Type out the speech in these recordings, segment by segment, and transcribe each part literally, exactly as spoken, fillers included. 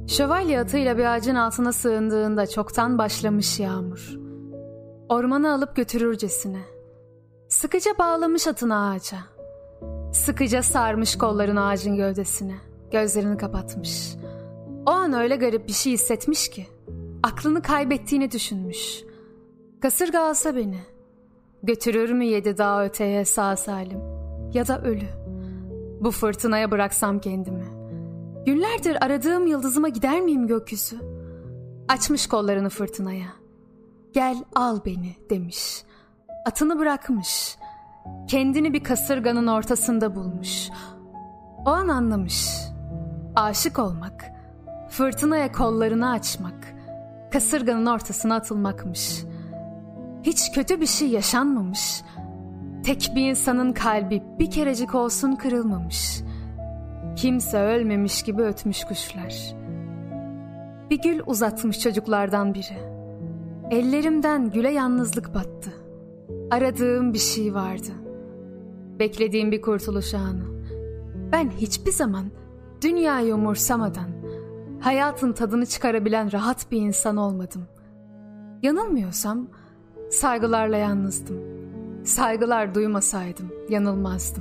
Şövalye atıyla bir ağacın altına sığındığında çoktan başlamış yağmur. Ormana alıp götürürcesine. Sıkıca bağlamış atını ağaca. Sıkıca sarmış kollarını ağacın gövdesine. Gözlerini kapatmış. O an öyle garip bir şey hissetmiş ki. Aklını kaybettiğini düşünmüş. Kasırga alsa beni. Götürür mü yedi dağ öteye sağ salim? Ya da ölü. Bu fırtınaya bıraksam kendimi. Günlerdir aradığım yıldızıma gider miyim gökyüzü? Açmış kollarını fırtınaya. Gel al beni demiş. Atını bırakmış. Kendini bir kasırganın ortasında bulmuş. O an anlamış. Aşık olmak, fırtınaya kollarını açmak, kasırganın ortasına atılmakmış. Hiç kötü bir şey yaşanmamış. Tek bir insanın kalbi bir kerecik olsun kırılmamış. Kimse ölmemiş gibi ötmüş kuşlar. Bir gül uzatmış çocuklardan biri. Ellerimden güle yalnızlık battı. Aradığım bir şey vardı. Beklediğim bir kurtuluş anı. Ben hiçbir zaman dünyayı umursamadan hayatın tadını çıkarabilen rahat bir insan olmadım. Yanılmıyorsam saygılarla yalnızdım. Saygılar duymasaydım yanılmazdım.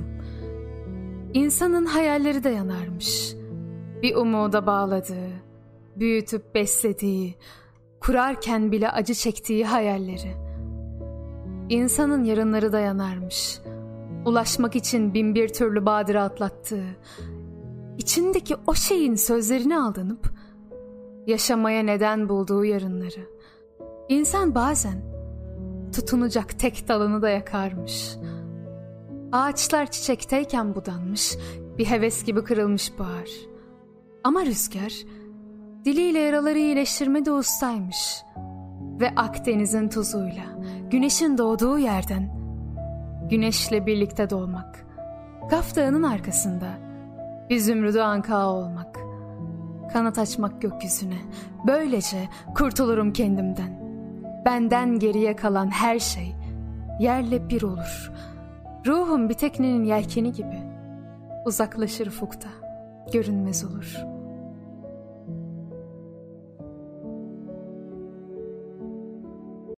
İnsanın hayalleri de yanarmış. Bir umuda bağladığı, büyütüp beslediği, kurarken bile acı çektiği hayalleri. İnsanın yarınları da yanarmış. Ulaşmak için bin bir türlü badire atlattığı, içindeki o şeyin sözlerine aldanıp yaşamaya neden bulduğu yarınları. İnsan bazen tutunacak tek dalını da yakarmış. Ağaçlar çiçekteyken budanmış, bir heves gibi kırılmış bağır. Ama rüzgar diliyle yaraları iyileştirmede ustaymış. Ve Akdeniz'in tuzuyla, güneşin doğduğu yerden güneşle birlikte doğmak, Kaf Dağı'nın arkasında bir zümrüdü anka olmak, kanat açmak gökyüzüne, böylece kurtulurum kendimden. Benden geriye kalan her şey yerle bir olur. Ruhum bir teknenin yelkeni gibi uzaklaşır ufukta, görünmez olur.